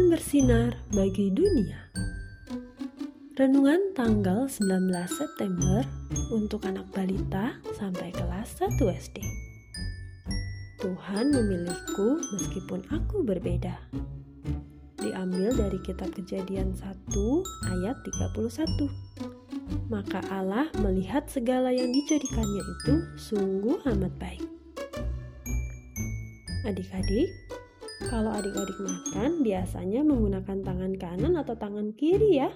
Tuhan bersinar bagi dunia. Renungan tanggal 19 September untuk anak balita sampai kelas 1 SD. Tuhan memilihku meskipun aku berbeda. Diambil dari kitab Kejadian 1 ayat 31. Maka Allah melihat segala yang dijadikannya itu sungguh amat baik. Adik-adik, kalau adik-adik makan biasanya menggunakan tangan kanan atau tangan kiri ya?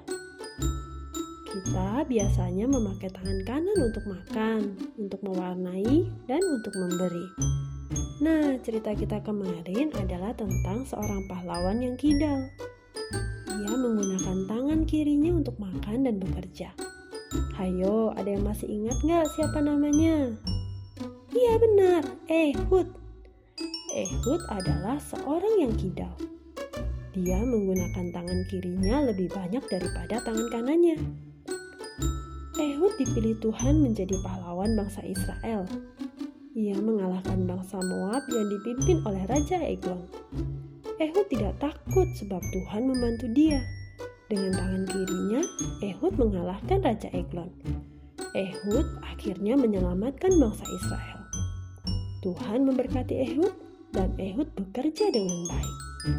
Kita biasanya memakai tangan kanan untuk makan, untuk mewarnai, dan untuk memberi. Nah, cerita kita kemarin adalah tentang seorang pahlawan yang kidal. Ia menggunakan tangan kirinya untuk makan dan bekerja. Hayo, ada yang masih ingat gak siapa namanya? Iya benar, Ehud. Ehud adalah seorang yang kidal. Dia menggunakan tangan kirinya lebih banyak daripada tangan kanannya. Ehud dipilih Tuhan menjadi pahlawan bangsa Israel. Ia mengalahkan bangsa Moab yang dipimpin oleh Raja Eglon. Ehud tidak takut sebab Tuhan membantu dia. Dengan tangan kirinya, Ehud mengalahkan Raja Eglon. Ehud akhirnya menyelamatkan bangsa Israel. Tuhan memberkati Ehud dan Ehud bekerja dengan baik.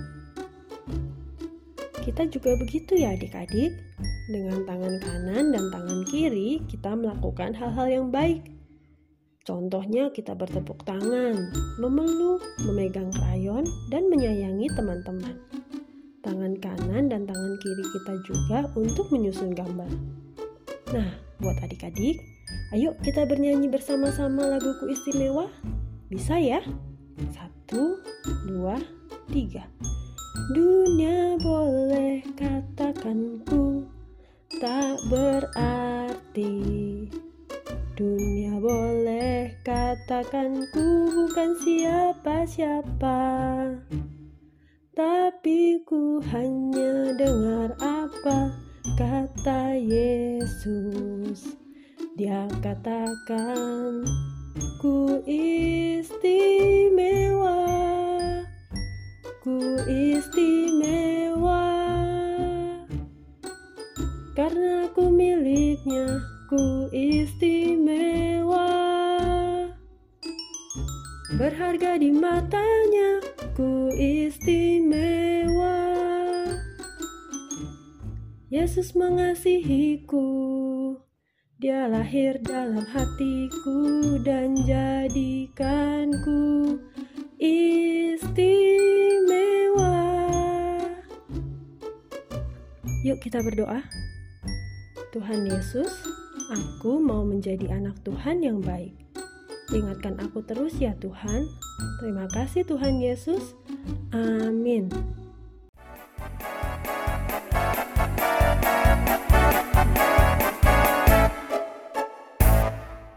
Kita juga begitu ya adik-adik. Dengan tangan kanan dan tangan kiri kita melakukan hal-hal yang baik. Contohnya kita bertepuk tangan, memeluk, memegang krayon, dan menyayangi teman-teman. Tangan kanan dan tangan kiri kita juga untuk menyusun gambar. Nah, buat adik-adik, ayo kita bernyanyi bersama-sama laguku istimewa. Bisa ya? 1, 2, 3. Dunia boleh katakan ku tak berarti. Dunia boleh katakan ku bukan siapa-siapa. Tapi ku hanya dengar apa kata Yesus. Dia katakan ku istimewa, ku istimewa. Karena ku miliknya, ku istimewa. Berharga di matanya, ku istimewa. Yesus mengasihiku, Dia lahir dalam hatiku dan jadikanku istimewa. Yuk kita berdoa. Tuhan Yesus, aku mau menjadi anak Tuhan yang baik. Ingatkan aku terus ya Tuhan. Terima kasih Tuhan Yesus. Amin.